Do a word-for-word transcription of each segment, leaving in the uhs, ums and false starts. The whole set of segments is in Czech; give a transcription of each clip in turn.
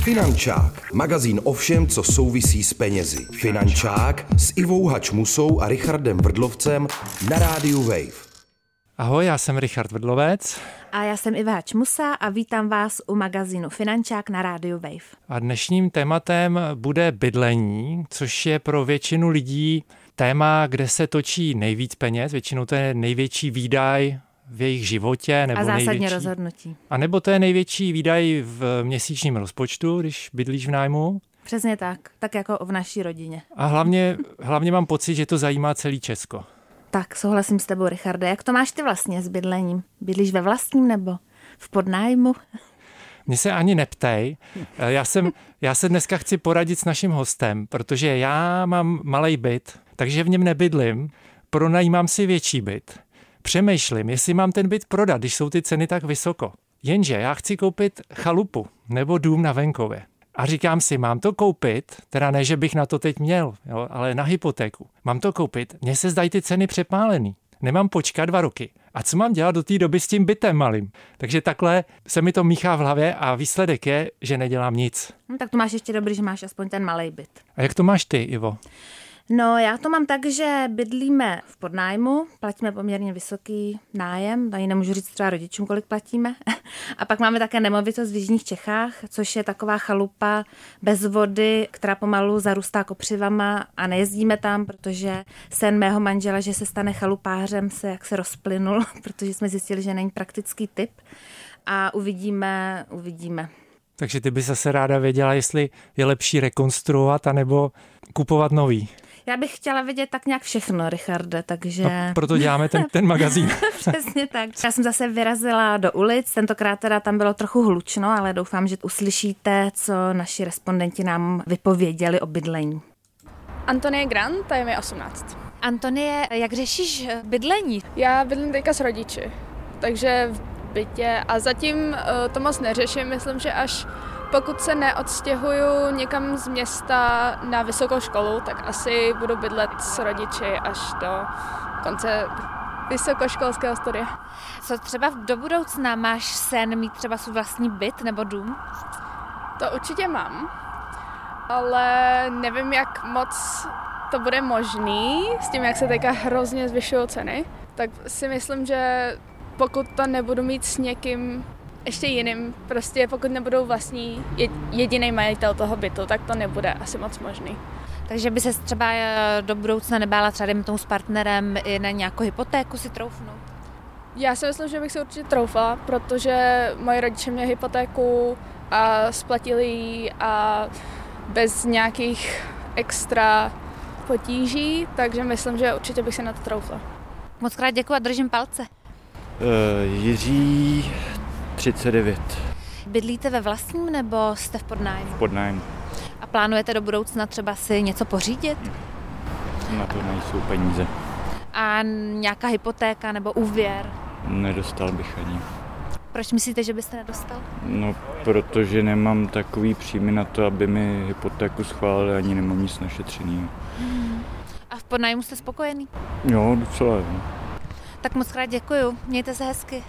Finančák, magazín o všem, co souvisí s penězi. Finančák s Ivou Hačmusou a Richardem Vrdlovcem na rádiu Wave. Ahoj, já jsem Richard Vrdlovec. A já jsem Iva Hačmusa a vítám vás u magazínu Finančák na rádiu Wave. A dnešním tématem bude bydlení, což je pro většinu lidí téma, kde se točí nejvíc peněz, většinou to je největší výdaj v jejich životě. Nebo a zásadně největší, rozhodnutí. A nebo to je největší výdaj v měsíčním rozpočtu, když bydlíš v nájmu. Přesně tak, tak jako v naší rodině. A hlavně, hlavně mám pocit, že to zajímá celý Česko. Tak, souhlasím s tebou, Richarde. Jak to máš ty vlastně s bydlením? Bydlíš ve vlastním nebo v podnájmu? Mně se ani neptej. Já, jsem, já se dneska chci poradit s naším hostem, protože já mám malej byt, takže v něm nebydlím, pronajímám si větší byt. Přemýšlím, jestli mám ten byt prodat, když jsou ty ceny tak vysoko. Jenže já chci koupit chalupu nebo dům na venkově. A říkám si, mám to koupit, teda ne, že bych na to teď měl, jo, ale na hypotéku. Mám to koupit, mně se zdají ty ceny přepálený. Nemám počkat dva roky. A co mám dělat do té doby s tím bytem malým? Takže takhle se mi to míchá v hlavě a výsledek je, že nedělám nic. No, tak to máš ještě dobrý, že máš aspoň ten malej byt. A jak to máš ty, Ivo? No, já to mám tak, že bydlíme v podnájmu, platíme poměrně vysoký nájem, tady nemůžu říct třeba rodičům, kolik platíme. A pak máme také nemovitost v jižních Čechách, což je taková chalupa bez vody, která pomalu zarůstá kopřivama a nejezdíme tam, protože sen mého manžela, že se stane chalupářem, se jak se rozplynul, protože jsme zjistili, že není praktický typ a uvidíme, uvidíme. Takže ty bys zase ráda věděla, jestli je lepší rekonstruovat anebo kupovat nový. Já bych chtěla vědět tak nějak všechno, Richarde, takže... No, proto děláme ten, ten magazín. Přesně tak. Já jsem zase vyrazila do ulic, tentokrát teda tam bylo trochu hlučno, ale doufám, že uslyšíte, co naši respondenti nám vypověděli o bydlení. Antonie Grant, a je mi osmnáct. Antonie, jak řešíš bydlení? Já bydlím teďka s rodiči, takže v bytě a zatím uh, to moc neřeším, myslím, že až pokud se neodstěhuju někam z města na vysokou školu, tak asi budu bydlet s rodiči až do konce vysokoškolského studia. Co třeba do budoucna, máš sen mít třeba svůj vlastní byt nebo dům? To určitě mám, ale nevím, jak moc to bude možný s tím, jak se teďka hrozně zvyšují ceny. Tak si myslím, že pokud to nebudu mít s někým ještě jiným, prostě pokud nebudou vlastní jediný majitel toho bytu, tak to nebude asi moc možný. Takže by se třeba do budoucna nebála třeba dejme tomu s partnerem i na nějakou hypotéku si troufnout? Já si myslím, že bych se určitě troufala, protože moji rodiče měli hypotéku a splatili ji a bez nějakých extra potíží, takže myslím, že určitě bych se na to troufla. Moc krát děkuji a držím palce. Uh, Jiří třicet devět. Bydlíte ve vlastním nebo jste v podnájmu? V podnájmu. A plánujete do budoucna třeba si něco pořídit? Na to nejsou peníze. A nějaká hypotéka nebo úvěr? Nedostal bych ani. Proč myslíte, že byste nedostal? No, protože nemám takový příjmy na to, aby mi hypotéku schválili, ani nemám nic našetřený. Hmm. A v podnájmu jste spokojený? Jo, docela jo. Tak moc krát děkuju, mějte se hezky.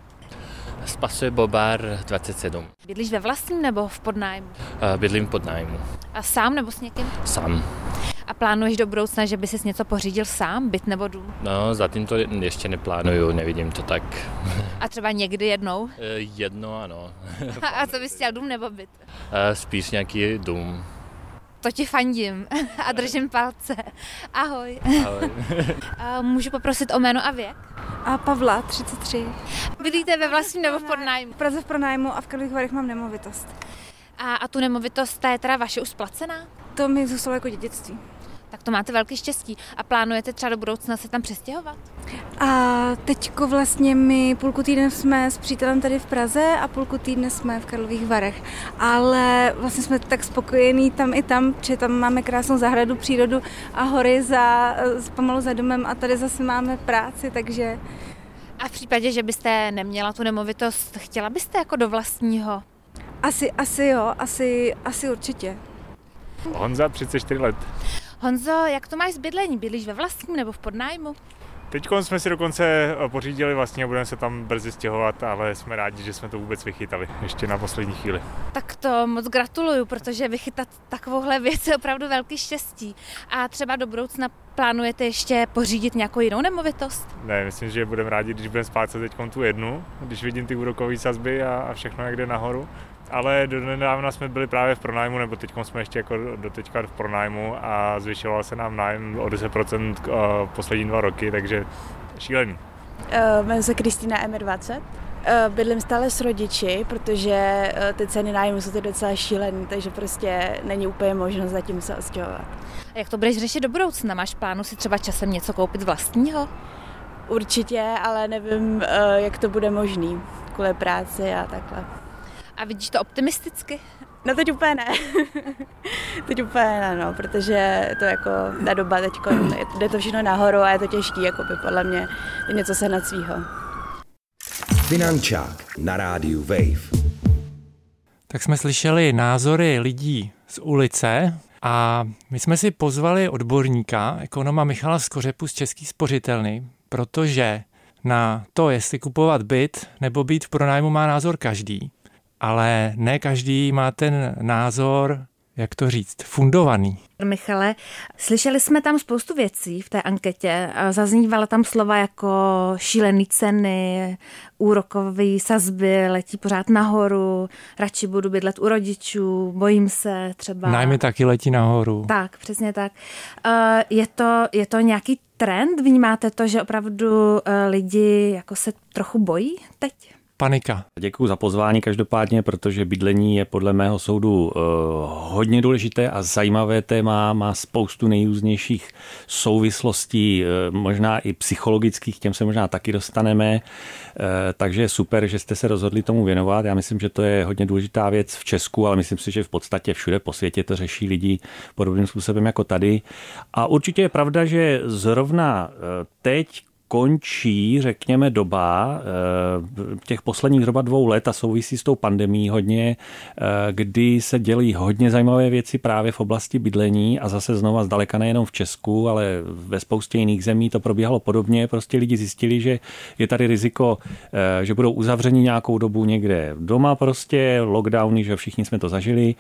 Spasuje Bobár dvacet sedm. Bydlíš ve vlastním nebo v podnájmu? Bydlím v podnájmu. A sám nebo s někým? Sám. A plánuješ do budoucna, že by ses něco pořídil sám, byt nebo dům? No, zatím to ještě neplánuju, nevidím to tak. A třeba někdy jednou? Jedno, ano. A co bys chtěl, dům nebo byt? Spíš nějaký dům. To ti fandím a držím palce. Ahoj. Ahoj. A můžu poprosit o jméno a věk? A Pavla, třicet tři. Bydlíte ve vlastním nebo v podnájmu? V Praze v pronájmu a v Karlových Varech mám nemovitost. A, a tu nemovitost, ta je teda vaše už splacená? To mi zůstalo jako dědictví. Tak to máte velké štěstí. A plánujete třeba do budoucna se tam přestěhovat? A teďko vlastně my půlku týdne jsme s přítelem tady v Praze a půlku týdne jsme v Karlových Varech. Ale vlastně jsme tak spokojení tam i tam, že tam máme krásnou zahradu, přírodu a hory za, pomalu za domem a tady zase máme práci, takže... A v případě, že byste neměla tu nemovitost, chtěla byste jako do vlastního? Asi, asi jo, asi, asi určitě. Honza, třicet čtyři let. Honzo, jak to máš s bydlení? Bydlíš ve vlastním nebo v podnájmu? Teď jsme si dokonce pořídili vlastně a budeme se tam brzy stěhovat, ale jsme rádi, že jsme to vůbec vychytali ještě na poslední chvíli. Tak to moc gratuluju, protože vychytat takovouhle věc je opravdu velký štěstí. A třeba do budoucna plánujete ještě pořídit nějakou jinou nemovitost? Ne, myslím, že budeme rádi, když budeme splácet teď tu jednu, když vidím ty úrokové sazby a, a všechno, jak jde nahoru. Ale do nedávna jsme byli právě v pronájmu, nebo teď jsme ještě jako do teďka v pronájmu a zvyšoval se nám nájem o deset procent poslední dva roky, takže šílený. Uh, jmenuji se Kristýna M dvacet. Uh, bydlím stále s rodiči, protože uh, ty ceny nájmu jsou ty docela šílený, takže prostě není úplně možnost zatím se odstěhovat. A jak to budeš řešit do budoucna? Máš plánu si třeba časem něco koupit vlastního? Určitě, ale nevím, uh, jak to bude možný kvůli práci a takhle. A vidíš to optimisticky? No teď úplně ne. teď úplně ne, no, protože to jako ta doba teď jde to všechno nahoru a je to těžký, jako by podle mě něco sehnat svýho. Finančák na rádiu Wave. Tak jsme slyšeli názory lidí z ulice a my jsme si pozvali odborníka, ekonoma Michala Skořepu z České spořitelny, protože na to, jestli kupovat byt nebo být v pronájmu, má názor každý. Ale ne každý má ten názor, jak to říct, fundovaný. Michale, slyšeli jsme tam spoustu věcí v té anketě. Zaznívala tam slova jako šílený ceny, úrokové sazby letí pořád nahoru, radši budu bydlet u rodičů, bojím se třeba. Nájmy taky letí nahoru. Tak, přesně tak. Je to, je to nějaký trend? Vnímáte to, že opravdu lidi jako se trochu bojí teď? Panika. Děkuji za pozvání každopádně, protože bydlení je podle mého soudu uh, hodně důležité a zajímavé téma, má spoustu nejrůznějších souvislostí, uh, možná i psychologických, těm se možná taky dostaneme, uh, takže je super, že jste se rozhodli tomu věnovat. Já myslím, že to je hodně důležitá věc v Česku, ale myslím si, že v podstatě všude po světě to řeší lidi podobným způsobem jako tady. A určitě je pravda, že zrovna uh, teď končí, řekněme, doba těch posledních zhruba dvou let a souvisí s tou pandemií hodně, kdy se dělí hodně zajímavé věci právě v oblasti bydlení a zase znova zdaleka nejenom v Česku, ale ve spoustě jiných zemí to probíhalo podobně. Prostě lidi zjistili, že je tady riziko, že budou uzavřeni nějakou dobu někde doma, prostě lockdowny, že všichni jsme to zažili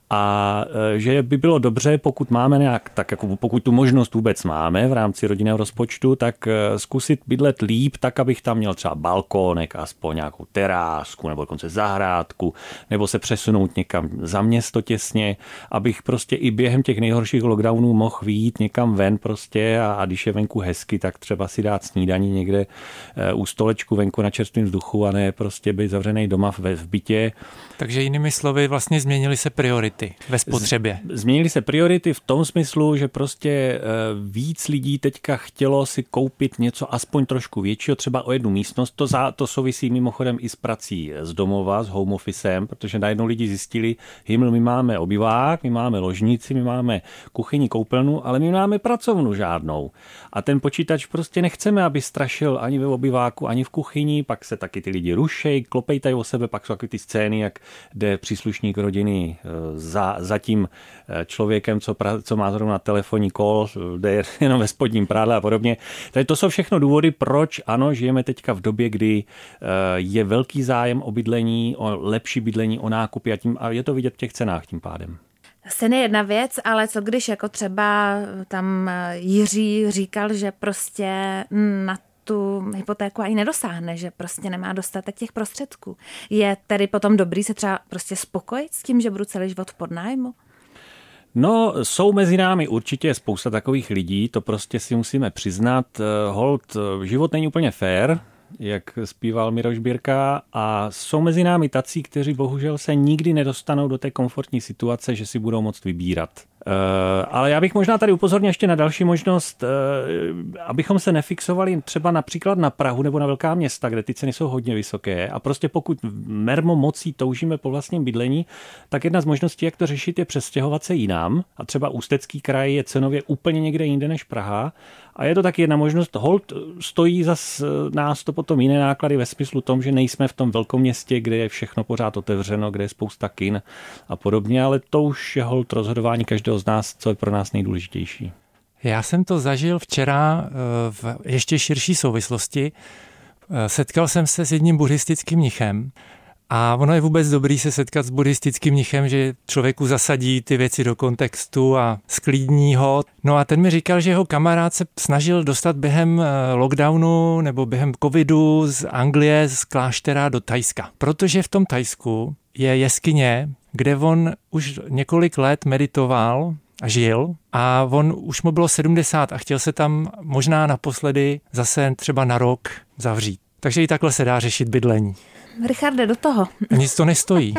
a že by bylo dobře, pokud máme nějak, tak jako pokud tu možnost vůbec máme v rámci rodinného rozpočtu, tak zkusit bydlet líp, tak abych tam měl třeba balkónek, aspoň nějakou terásku nebo dokonce zahrádku, nebo se přesunout někam za město těsně, abych prostě i během těch nejhorších lockdownů mohl vyjít někam ven prostě a, a když je venku hezky, tak třeba si dát snídaní někde u stolečku venku na čerstvém vzduchu a ne prostě být zavřený doma v, v bytě. Takže jinými slovy vlastně změnily se priority ve spotřebě. Z, změnily se priority v tom smyslu, že prostě víc lidí teďka chtělo si koupit něco aspoň trošku většího, třeba o jednu místnost. To, za, to souvisí mimochodem i s prací z domova, s home officem, protože najednou lidi zjistili, hyml, my máme obyvák, my máme ložnici, my máme kuchyni, koupelnu, ale my máme pracovnu žádnou. A ten počítač prostě nechceme, aby strašil ani ve obyváku, ani v kuchyni, pak se taky ty lidi rušej, klopejtají o sebe, pak jsou taky ty scény, jak jde příslušník rodiny za, za tím člověkem, co, pra, co má zrovna telefonní kol, jde jenom ve spodním prádle a podobně. Takže to jsou všechno důvody, proč ano, žijeme teďka v době, kdy je velký zájem o bydlení, o lepší bydlení, o nákupy a, tím, a je to vidět v těch cenách tím pádem. Ceny je jedna věc, ale co když jako třeba tam Jiří říkal, že prostě na tu hypotéku ani nedosáhne, že prostě nemá dostatek těch prostředků. Je tedy potom dobrý se třeba prostě spokojit s tím, že budu celý život v podnájmu? No, jsou mezi námi určitě spousta takových lidí, to prostě si musíme přiznat. Holt, život není úplně fair, jak zpíval Miroš Birka, a jsou mezi námi tací, kteří bohužel se nikdy nedostanou do té komfortní situace, že si budou moct vybírat. Uh, ale já bych možná tady upozornil ještě na další možnost, uh, abychom se nefixovali třeba například na Prahu nebo na velká města, kde ty ceny jsou hodně vysoké a prostě pokud mermo mocí toužíme po vlastním bydlení, tak jedna z možností, jak to řešit, je přestěhovat se jinam a třeba Ústecký kraj je cenově úplně někde jinde než Praha a je to taky jedna možnost. Holt stojí zas nás to potom jiné náklady ve smyslu tom, že nejsme v tom velkoměstě, kde je všechno pořád otevřeno, kde je spousta kin a podobně, ale to už je holt rozhodování každého z nás, co je pro nás nejdůležitější. Já jsem to zažil včera v ještě širší souvislosti. Setkal jsem se s jedním buddhistickým mnichem a ono je vůbec dobrý se setkat s buddhistickým mnichem, že člověku zasadí ty věci do kontextu a sklidní ho. No a ten mi říkal, že jeho kamarád se snažil dostat během lockdownu nebo během covidu z Anglie, z kláštera do Thajska. Protože v tom Thajsku je jeskyně, kde on už několik let meditoval a žil a on už mu bylo sedmdesát a chtěl se tam možná naposledy zase třeba na rok zavřít. Takže i takhle se dá řešit bydlení. Richarde, do toho. Nic to nestojí.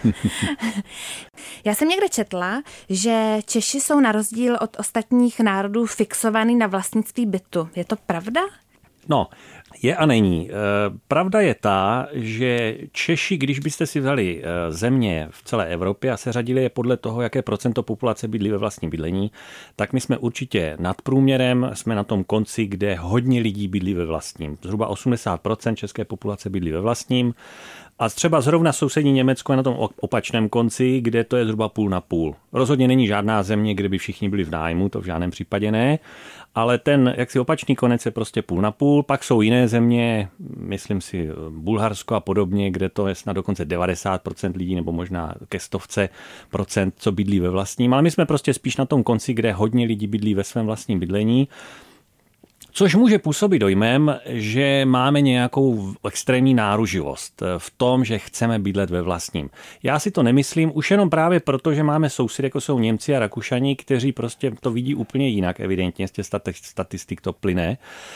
Já jsem někde četla, že Češi jsou na rozdíl od ostatních národů fixovaný na vlastnictví bytu. Je to pravda? No, je a není. Pravda je ta, že Češi, když byste si vzali země v celé Evropě a seřadili je podle toho, jaké procento populace bydlí ve vlastním bydlení, tak my jsme určitě nad průměrem, jsme na tom konci, kde hodně lidí bydlí ve vlastním. Zhruba osmdesát procent české populace bydlí ve vlastním. A třeba zrovna sousední Německo je na tom opačném konci, kde to je zhruba půl na půl. Rozhodně není žádná země, kde by všichni byli v nájmu, to v žádném případě ne, ale ten jaksi opačný konec je prostě půl na půl. Pak jsou jiné země, myslím si Bulharsko a podobně, kde to je snad dokonce devadesát procent lidí nebo možná ke stovce procent, co bydlí ve vlastním. Ale my jsme prostě spíš na tom konci, kde hodně lidí bydlí ve svém vlastním bydlení. Což může působit dojmem, že máme nějakou extrémní náruživost v tom, že chceme bydlet ve vlastním. Já si to nemyslím, už jenom právě proto, že máme sousedy, jako jsou Němci a Rakušani, kteří prostě to vidí úplně jinak, evidentně z těch statistik to plyne.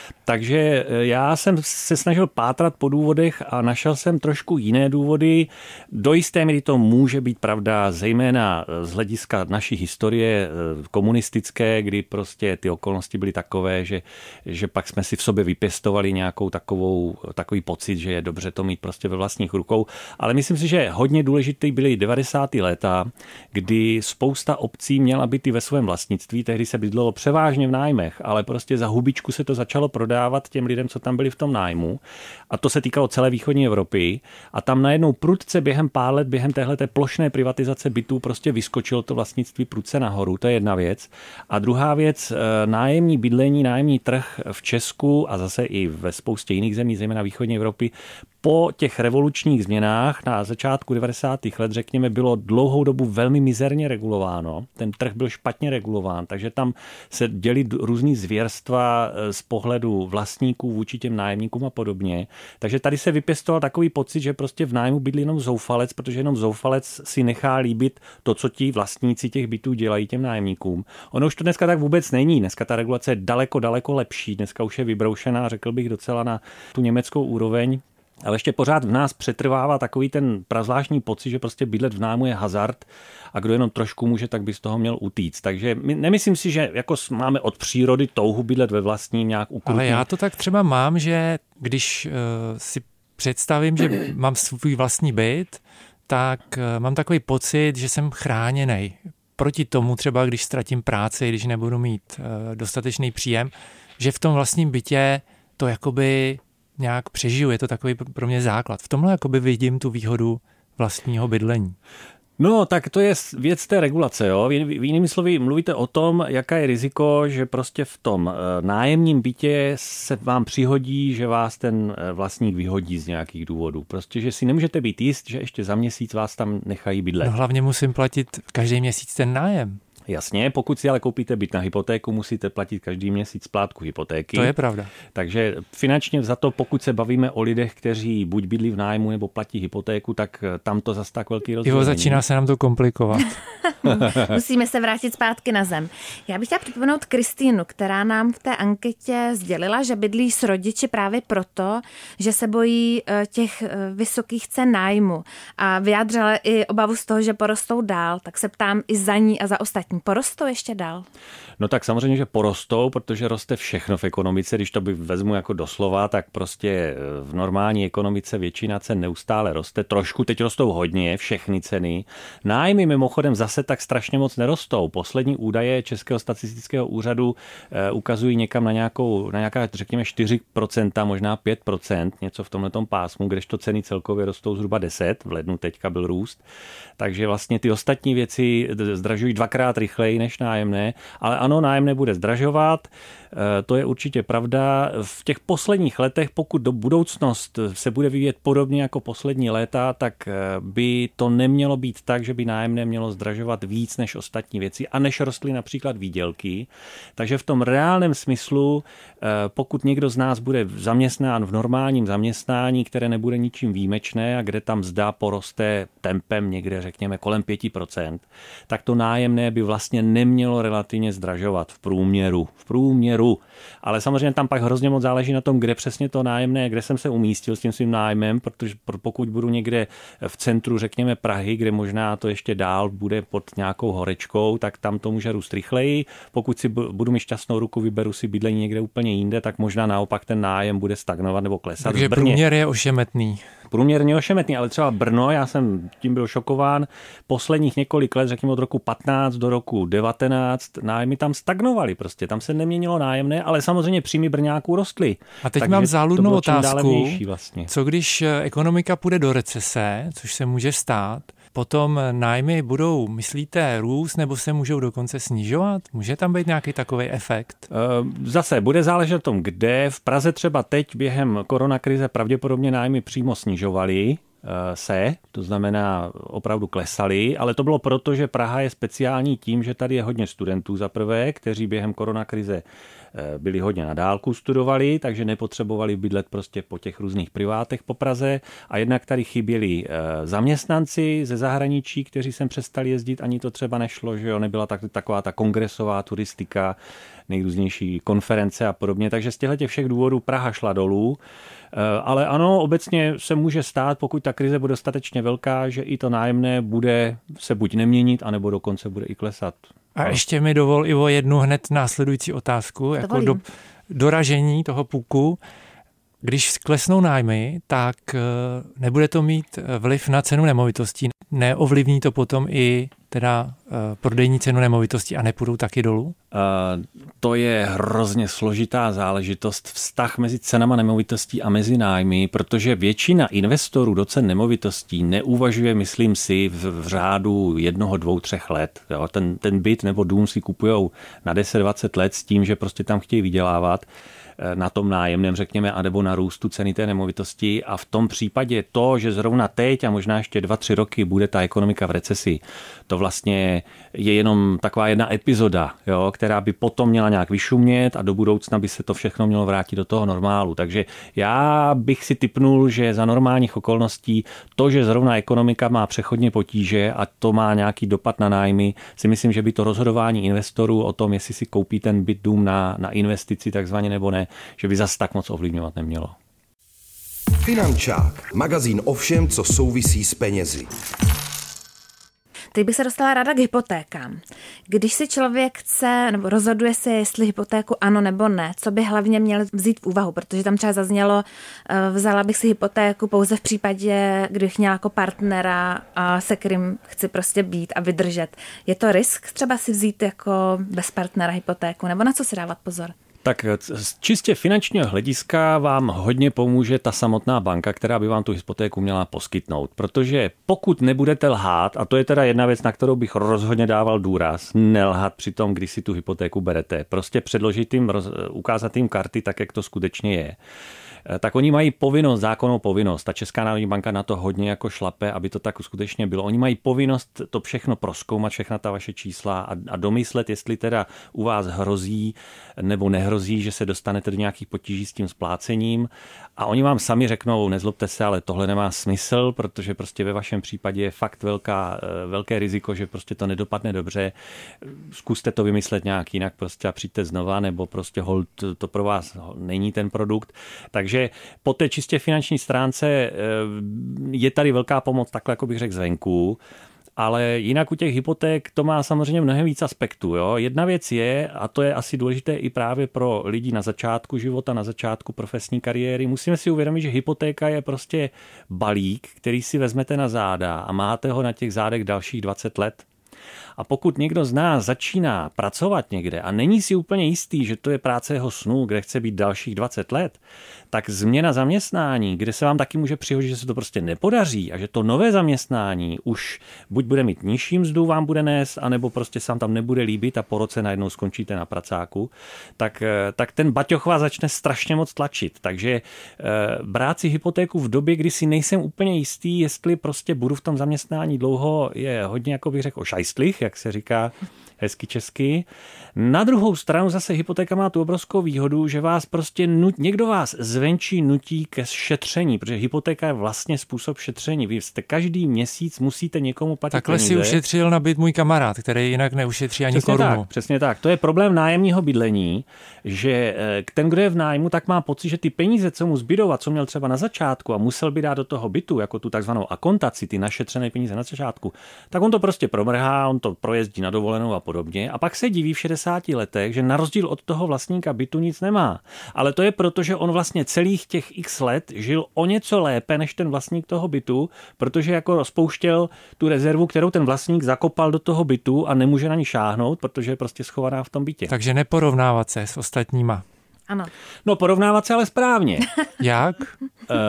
Takže já jsem se snažil pátrat po důvodech a našel jsem trošku jiné důvody. Do jisté míry to může být pravda, zejména z hlediska naší historie komunistické, kdy prostě ty okolnosti byly takové, že že pak jsme si v sobě vypěstovali nějakou takovou, takový pocit, že je dobře to mít prostě ve vlastních rukou. Ale myslím si, že hodně důležitý byly devadesátá léta, kdy spousta obcí měla byty ve svém vlastnictví, tehdy se bydlelo převážně v nájmech, ale prostě za hubičku se to začalo prodávat těm lidem, co tam byli v tom nájmu. A to se týkalo celé východní Evropy. A tam najednou prudce během pár let, během téhleté plošné privatizace bytů prostě vyskočilo to vlastnictví prudce nahoru. To je jedna věc. A druhá věc, nájemní bydlení, nájemní trh v Česku a zase i ve spoustě jiných zemí, zejména východní Evropy, po těch revolučních změnách na začátku devadesátých let, řekněme, bylo dlouhou dobu velmi mizerně regulováno. Ten trh byl špatně regulován, takže tam se děly různý zvěrstva z pohledu vlastníků vůči těm nájemníkům a podobně. Takže tady se vypěstoval takový pocit, že prostě v nájmu bydlí jenom zoufalec, protože jenom zoufalec si nechá líbit to, co ti vlastníci těch bytů dělají těm nájemníkům. Ono už to dneska tak vůbec není. Dneska ta regulace je daleko, daleko lepší. Dneska už je vybroušená, řekl bych, docela na tu německou úroveň. Ale ještě pořád v nás přetrvává takový ten prazvláštní pocit, že prostě bydlet v nájmu je hazard a kdo jenom trošku může, tak by z toho měl utíct. Takže my, nemyslím si, že jako máme od přírody touhu bydlet ve vlastním nějak ukrutně. Ale já to tak třeba mám, že když uh, si představím, že mám svůj vlastní byt, tak uh, mám takový pocit, že jsem chráněnej. Proti tomu třeba, když ztratím práci, když nebudu mít uh, dostatečný příjem, že v tom vlastním bytě to jakoby nějak přežiju, je to takový pro mě základ. V tomhle jakoby vidím tu výhodu vlastního bydlení. No, tak to je věc té regulace, jo. V jinými slovy mluvíte o tom, jaká je riziko, že prostě v tom nájemním bytě se vám přihodí, že vás ten vlastník vyhodí z nějakých důvodů. Prostě, že si nemůžete být jist, že ještě za měsíc vás tam nechají bydlet. No hlavně musím platit každý měsíc ten nájem. Jasně, pokud si ale koupíte byt na hypotéku, musíte platit každý měsíc splátku hypotéky. To je pravda. Takže finančně za to, pokud se bavíme o lidech, kteří buď bydlí v nájmu nebo platí hypotéku, tak tam to zas tak velký rozdíl. Jo, začíná se nám to komplikovat. Musíme se vrátit zpátky na zem. Já bych chtěla připomenout Kristýnu, která nám v té anketě sdělila, že bydlí s rodiči právě proto, že se bojí těch vysokých cen nájmu a vyjádřila i obavu z toho, že porostou dál. Tak se ptám i za ní a za ostatní. Porostou ještě dál? No tak samozřejmě, že porostou, protože roste všechno v ekonomice. Když to by vezmu jako doslova, tak prostě v normální ekonomice většina cen neustále roste. Trošku teď rostou hodně, všechny ceny. Nájmy mimochodem zase tak strašně moc nerostou. Poslední údaje Českého statistického úřadu ukazují někam na nějakou, na nějaká, řekněme, čtyři procenta, možná pět procent, něco v tomhletom pásmu, kdežto ceny celkově rostou zhruba deset, v lednu teďka byl růst. Takže vlastně ty ostatní věci zdražují dvakrát rychleji než nájemné, ale ano, ano, nájemné bude zdražovat, to je určitě pravda. V těch posledních letech, pokud do budoucnost se bude vyvíjet podobně jako poslední léta, tak by to nemělo být tak, že by nájemné mělo zdražovat víc než ostatní věci a než rostly například výdělky. Takže v tom reálném smyslu, pokud někdo z nás bude zaměstnán v normálním zaměstnání, které nebude ničím výjimečné a kde tam mzda poroste tempem někde, řekněme, kolem pět procent, tak to nájemné by vlastně nemělo relativně zdražovat v průměru. V průměru. Ale samozřejmě tam pak hrozně moc záleží na tom, kde přesně to nájemné, kde jsem se umístil s tím svým nájmem, protože pokud budu někde v centru, řekněme Prahy, kde možná to ještě dál bude pod nějakou horečkou, tak tam to může růst rychleji. Pokud si budu mít šťastnou ruku, vyberu si bydlení někde úplně jinde, tak možná naopak ten nájem bude stagnovat nebo klesat. Takže průměr je ošemetný. Průměrně ošemetný, ale třeba Brno, já jsem tím byl šokován, posledních několik let, řekněme od roku patnáct do roku devatenáct, nájmy tam stagnovaly prostě, tam se neměnilo nájemné, ale samozřejmě příjmy Brňáků rostly. A teď mám záludnou otázku, vlastně. Co když ekonomika půjde do recese, což se může stát, potom nájmy budou, myslíte, růst nebo se můžou dokonce snižovat? Může tam být nějaký takový efekt? Zase bude záležet na tom, kde. V Praze třeba teď během koronakrize pravděpodobně nájmy přímo snižovaly se, to znamená opravdu klesaly, ale to bylo proto, že Praha je speciální tím, že tady je hodně studentů za prvé, kteří během koronakrize byli hodně na dálku, studovali, takže nepotřebovali bydlet prostě po těch různých privátech po Praze a jednak tady chyběli zaměstnanci ze zahraničí, kteří sem přestali jezdit, ani to třeba nešlo, že jo, nebyla tak, taková ta kongresová turistika, nejrůznější konference a podobně, takže z těchto všech důvodů Praha šla dolů. Ale ano, obecně se může stát, pokud ta krize bude dostatečně velká, že i to nájemné bude se buď neměnit, anebo dokonce bude i klesat. A ještě mi dovol, Ivo, jednu hned následující otázku, jako do, doražení toho puku. Když klesnou nájmy, tak nebude to mít vliv na cenu nemovitostí. Neovlivní to potom i teda uh, prodejní cenu nemovitostí a nepůjdou taky dolů? Uh, to je hrozně složitá záležitost, vztah mezi cenama nemovitostí a mezi nájmy, protože většina investorů do cen nemovitostí neuvažuje, myslím si, v, v řádu jednoho, dvou, třech let. Jo? Ten, ten byt nebo dům si kupujou na deset dvacet let s tím, že prostě tam chtějí vydělávat na tom nájemném, řekněme, anebo na růstu ceny té nemovitosti a v tom případě to, že zrovna teď a možná ještě dva, tři roky bude ta ekonomika v recesi, to vlastně je jenom taková jedna epizoda, jo, která by potom měla nějak vyšumět a do budoucna by se to všechno mělo vrátit do toho normálu. Takže já bych si tipnul, že za normálních okolností to, že zrovna ekonomika má přechodně potíže a to má nějaký dopad na nájmy, si myslím, že by to rozhodování investorů o tom, jestli si koupí ten byt, dům na, na investici takzvaně nebo ne, že by zas tak moc ovlivňovat nemělo. Finančák, magazín o všem, co souvisí s penězi. Teď bych se dostala ráda k hypotékám. Když si člověk chce, nebo rozhoduje se, jestli hypotéku ano nebo ne, co by hlavně měl vzít v úvahu, protože tam třeba zaznělo, vzala bych si hypotéku pouze v případě, kdybych měla jako partnera, se kterým chci prostě být a vydržet. Je to risk třeba si vzít jako bez partnera hypotéku, nebo na co si dávat pozor? Tak z čistě finančního hlediska vám hodně pomůže ta samotná banka, která by vám tu hypotéku měla poskytnout. Protože pokud nebudete lhát, a to je teda jedna věc, na kterou bych rozhodně dával důraz, nelhat při tom, když si tu hypotéku berete. Prostě předložit jim, ukázat jim karty tak, jak to skutečně je. Tak oni mají povinnost, zákonnou povinnost. Ta Česká národní banka na to hodně jako šlape, aby to tak skutečně bylo. Oni mají povinnost to všechno prozkoumat, všechna ta vaše čísla a, a domyslet, jestli teda u vás hrozí nebo nehrozí, že se dostanete do nějakých potíží s tím splácením. A oni vám sami řeknou, nezlobte se, ale tohle nemá smysl, protože prostě ve vašem případě je fakt velká, velké riziko, že prostě to nedopadne dobře. Zkuste to vymyslet nějak jinak prostě a přijďte znova, nebo prostě hold, to pro vás není ten produkt. Takže po té čistě finanční stránce je tady velká pomoc, takhle jako bych řekl zvenku. Ale jinak u těch hypoték to má samozřejmě mnohem víc aspektů. Jo? Jedna věc je, a to je asi důležité i právě pro lidi na začátku života, na začátku profesní kariéry, musíme si uvědomit, že hypotéka je prostě balík, který si vezmete na záda a máte ho na těch zádech dalších dvacet let. A pokud někdo z nás začíná pracovat někde a není si úplně jistý, že to je práce jeho snů, kde chce být dalších dvacet let, tak změna zaměstnání, kde se vám taky může přihodit, že se to prostě nepodaří a že to nové zaměstnání už buď bude mít nižší mzdu, vám bude nést, anebo prostě se vám tam nebude líbit a po roce najednou skončíte na pracáku, tak, tak ten baťoch vás začne strašně moc tlačit. Takže e, brát si hypotéku v době, kdy si nejsem úplně jistý, jestli prostě budu v tom zaměstnání dlouho, je hodně, jako bych řekl, ošajstlich, jak se říká hezky česky. Na druhou stranu zase hypotéka má tu obrovskou výhodu, že vás prostě nut, někdo vás zvenčí nutí ke šetření, protože hypotéka je vlastně způsob šetření. Vy jste každý měsíc musíte někomu platit Takhle peníze. si ušetřil na byt můj kamarád, který jinak neušetří ani přesně korunu. Tak, přesně tak. To je problém nájemního bydlení, že ten, kdo je v nájmu, tak má pocit, že ty peníze, co mu zbydou a co měl třeba na začátku a musel by dát do toho bytu, jako tu takzvanou akontaci, ty našetřené peníze na začátku, tak on to prostě promrhá, on to projezdí na dovolenou a podobně. A pak se diví v šedesáti letech, že na rozdíl od toho vlastníka bytu nic nemá. Ale to je proto, že on vlastně celých těch x let žil o něco lépe než ten vlastník toho bytu, protože jako rozpouštěl tu rezervu, kterou ten vlastník zakopal do toho bytu a nemůže na ní šáhnout, protože je prostě schovaná v tom bytě. Takže neporovnávat se s ostatníma. Ano. No porovnávat se ale správně. Jak? Uh,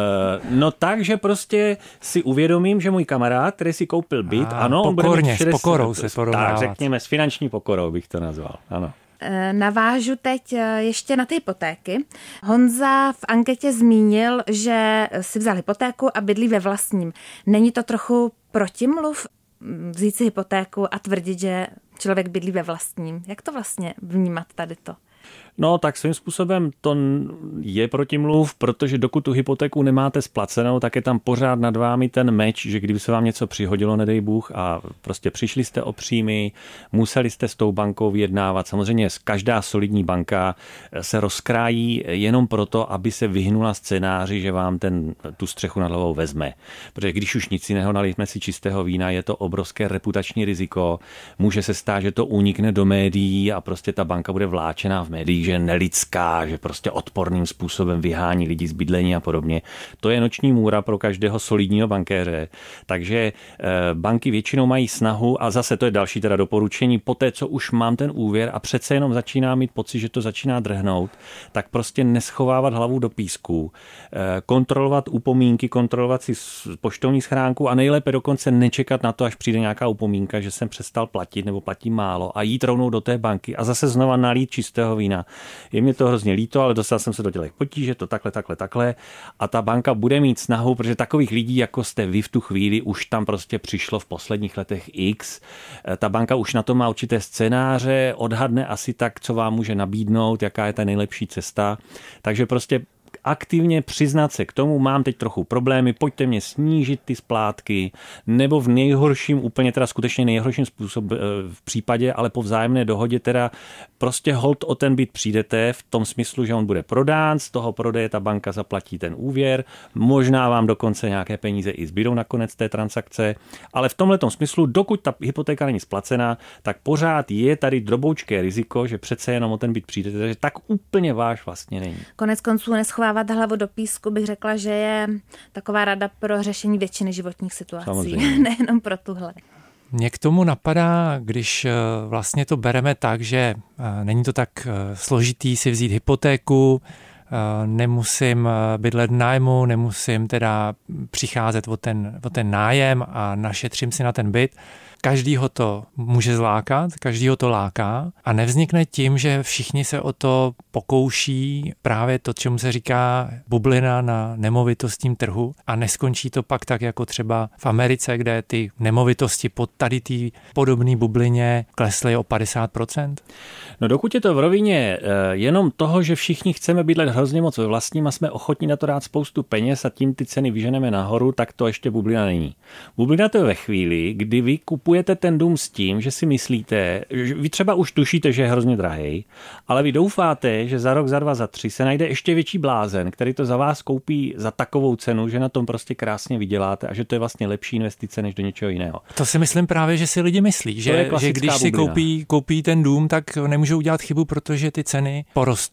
no tak, že prostě si uvědomím, že můj kamarád, který si koupil byt, A, ano, on pokorně, bude mít šedesát, s pokorou se porovnávat. Tak, řekněme, s finanční pokorou bych to nazval, ano. Navážu teď ještě na ty hypotéky. Honza v anketě zmínil, že si vzal hypotéku a bydlí ve vlastním. Není to trochu protimluv vzít si hypotéku a tvrdit, že člověk bydlí ve vlastním? Jak to vlastně vnímat tady to? No tak svým způsobem to je protimluv, protože dokud tu hypotéku nemáte splacenou, tak je tam pořád nad vámi ten meč, že kdyby se vám něco přihodilo, nedej Bůh, a prostě přišli jste o příjmy, museli jste s tou bankou vyjednávat. Samozřejmě každá solidní banka se rozkrájí jenom proto, aby se vyhnula scénáři, že vám ten, tu střechu nad hlavou vezme. Protože když už nic jiného, nalijme si čistého vína, je to obrovské reputační riziko. Může se stát, že to unikne do médií a prostě ta banka bude vláčená v médiích, že je nelidská, že prostě odporným způsobem vyhání lidi z bydlení a podobně. To je noční můra pro každého solidního bankéře. Takže banky většinou mají snahu, a zase to je další teda doporučení, po té, co už mám ten úvěr a přece jenom začíná mít pocit, že to začíná drhnout, tak prostě neschovávat hlavu do písku, kontrolovat upomínky, kontrolovat si poštovní schránku a nejlépe dokonce nečekat na to, až přijde nějaká upomínka, že jsem přestal platit nebo platím málo, a jít rovnou do té banky a zase znova nalít čistého vína. Je mě to hrozně líto, ale dostal jsem se do těch potíže, to takhle, takhle, takhle, a ta banka bude mít snahu, protože takových lidí, jako jste vy v tu chvíli, už tam prostě přišlo v posledních letech X. Ta banka už na to má určité scénáře, odhadne asi tak, co vám může nabídnout, jaká je ta nejlepší cesta. Takže prostě aktivně přiznat se k tomu, mám teď trochu problémy, pojďte mě snížit ty splátky, nebo v nejhorším, úplně teda skutečně nejhorším způsob v případě, ale po vzájemné dohodě teda prostě hold o ten byt přijdete v tom smyslu, že on bude prodán, z toho prodeje ta banka zaplatí ten úvěr, možná vám dokonce nějaké peníze i zbydou na konec té transakce, ale v tomhletom smyslu, dokud ta hypotéka není splacená, tak pořád je tady droboučké riziko, že přece jenom o ten byt přijdete, takže tak úplně váš vlastně není. Konec konců neschovávat hlavu do písku, bych řekla, že je taková rada pro řešení většiny životních situací, nejenom pro tuhle. Mě k tomu napadá, když vlastně to bereme tak, že není to tak složitý si vzít hypotéku, nemusím bydlet v nájmu, nemusím teda přicházet o ten, o ten nájem a našetřím si na ten byt. Každýho to může zlákat, každýho to láká a nevznikne tím, že všichni se o to pokouší, právě to, čemu se říká bublina na nemovitostním trhu, a neskončí to pak tak, jako třeba v Americe, kde ty nemovitosti pod tady té podobné bublině klesly o padesát procent? No dokud je to v rovině jenom toho, že všichni chceme bydlet hrozně moc ve vlastním a jsme ochotní na to dát spoustu peněz a tím ty ceny vyženeme nahoru, tak to ještě bublina není. Bublina to je ve chvíli, kdy vy kupujete ten dům s tím, že si myslíte, že vy třeba už tušíte, že je hrozně drahý, ale vy doufáte, že za rok, za dva, za tři se najde ještě větší blázen, který to za vás koupí za takovou cenu, že na tom prostě krásně vyděláte a že to je vlastně lepší investice než do něčeho jiného. To si myslím právě, že si lidi myslí, že, že když si koupí, koupí ten dům, tak nemůžou udělat chybu, protože ty ceny porostou.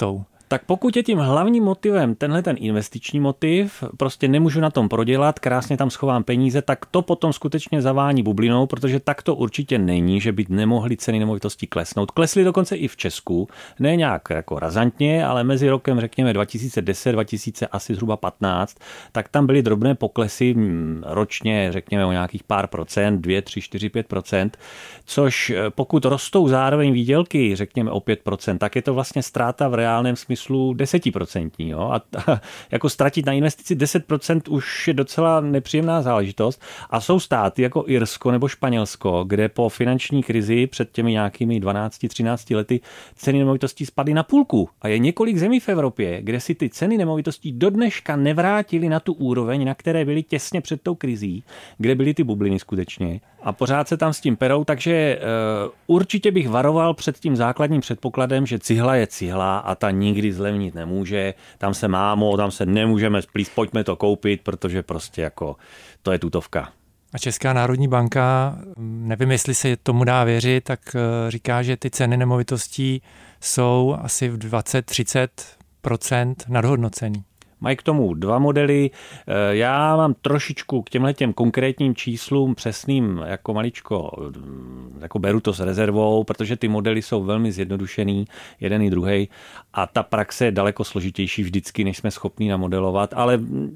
Tak pokud je tím hlavním motivem tenhle ten investiční motiv, prostě nemůžu na tom prodělat, krásně tam schovám peníze, tak to potom skutečně zavání bublinou, protože tak to určitě není, že by nemohly ceny nemovitostí klesnout. Klesly dokonce i v Česku, ne nějak jako razantně, ale mezi rokem řekněme dva tisíce deset, dva tisíce asi zhruba patnáct, tak tam byly drobné poklesy ročně, řekněme o nějakých pár procent, dvě, tři, čtyři, pět procent, což pokud rostou zároveň výdělky, řekněme o pět procent, tak je to vlastně ztráta v reálném smyslu desetiprocentní. Jo? A, a jako ztratit na investici deset procent už je docela nepříjemná záležitost. A jsou státy jako Irsko nebo Španělsko, kde po finanční krizi před těmi nějakými dvanácti třinácti lety ceny nemovitostí spadly na půlku. A je několik zemí v Evropě, kde si ty ceny nemovitostí do dneška nevrátily na tu úroveň, na které byly těsně před tou krizí, kde byly ty bubliny skutečně. A pořád se tam s tím perou, takže uh, určitě bych varoval před tím základním předpokladem, že cihla je cihla a ta nikdy zlevnit nemůže. Tam se mámo, tam se nemůžeme splít, pojďme to koupit, protože prostě jako to je tutovka. A Česká národní banka, nevím, jestli se tomu dá věřit, tak říká, že ty ceny nemovitostí jsou asi v dvacet až třicet procent nadhodnocený. Mají k tomu dva modely. Já mám trošičku k těmhletěm konkrétním číslům přesným jako maličko, jako beru to s rezervou, protože ty modely jsou velmi zjednodušený, jeden i druhý, a ta praxe je daleko složitější vždycky, než jsme schopní namodelovat, ale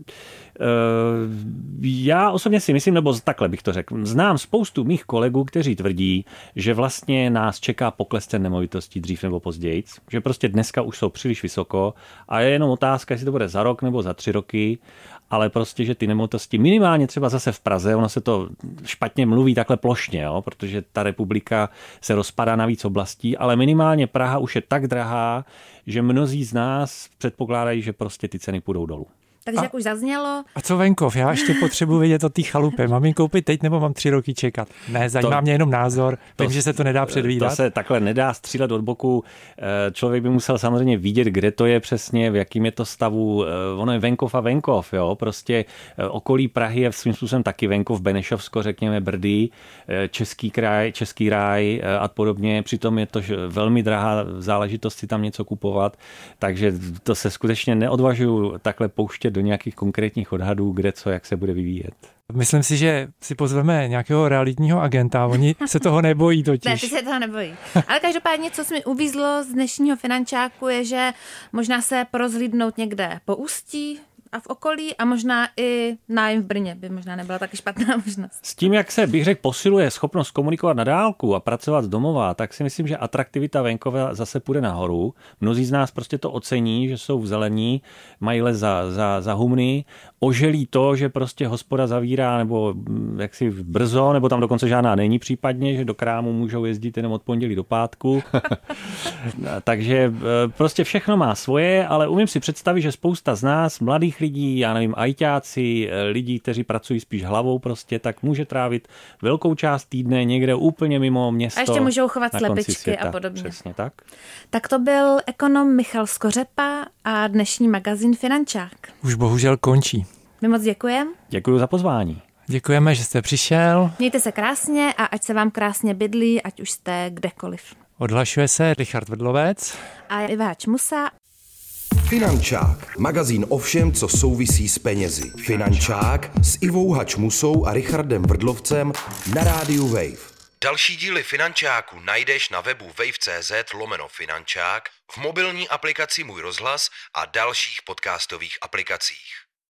já osobně si myslím, nebo takhle bych to řekl, znám spoustu mých kolegů, kteří tvrdí, že vlastně nás čeká pokles cen nemovitostí dřív nebo později, že prostě dneska už jsou příliš vysoko a je jenom otázka, jestli to bude za rok nebo za tři roky, ale prostě, že ty nemovitosti minimálně třeba zase v Praze, ono se to špatně mluví takhle plošně, jo, protože ta republika se rozpadá na víc oblastí, ale minimálně Praha už je tak drahá, že mnozí z nás předpokládají, že prostě ty ceny půjdou dolů. Takže a, jak už zaznělo... A co venkov? Já ještě potřebuji vědět o té chalupě. Mám ji koupit teď nebo mám tři roky čekat? Ne, zajímá to, mě jenom názor. To, Vím, že se to nedá předvídat. To se takhle nedá střílet od boku. Člověk by musel samozřejmě vidět, kde to je přesně, v jakým je to stavu. Ono je venkov a venkov. Jo? Prostě okolí Prahy je svým způsobem taky venkov, Benešovsko, řekněme Brdy, Český kraj, Český ráj a podobně. Přitom je to velmi drahá záležitost si tam něco kupovat. Takže to se skutečně neodvažuju takhle pouštět do nějakých konkrétních odhadů, kde co, jak se bude vyvíjet. Myslím si, že si pozveme nějakého realitního agenta, oni se toho nebojí totiž. Ne, ty se toho nebojí. Ale každopádně, co mi uvízlo z dnešního finančáku, je, že možná se porozhlídnout někde po Ústí a v okolí a možná i nájem v Brně by možná nebyla taky špatná možnost. S tím, jak se, bych řekl, posiluje schopnost komunikovat na dálku a pracovat z domova, tak si myslím, že atraktivita venkova zase půjde nahoru. Mnozí z nás prostě to ocení, že jsou v zelení, mají les za, za, za humny, oželí to, že prostě hospoda zavírá nebo jaksi brzo, nebo tam dokonce žádná není případně, že do krámu můžou jezdit jenom od pondělí do pátku. Takže prostě všechno má svoje, ale umím si představit, že spousta z nás, mladých lidí, já nevím, ajťáci, lidí, kteří pracují spíš hlavou prostě, tak může trávit velkou část týdne někde úplně mimo město. A ještě můžou chovat slepičky a podobně. Přesně tak. Tak to byl ekonom Michal Skořepa a dnešní magazín Finančák. Už bohužel končí. My moc děkujeme. Děkuji za pozvání. Děkujeme, že jste přišel. Mějte se krásně a ať se vám krásně bydlí, ať už jste kdekoliv. Odhlašuje se Richard Vrdlovec a Iva Hačmusa. Finančák, magazín o všem, co souvisí s penězi. Finančák s Ivou Hačmusou a Richardem Vrdlovcem na rádiu Wave. Další díly Finančáku najdeš na webu wave tečka cz lomeno finančák, v mobilní aplikaci Můj rozhlas a dalších podcastových aplikacích.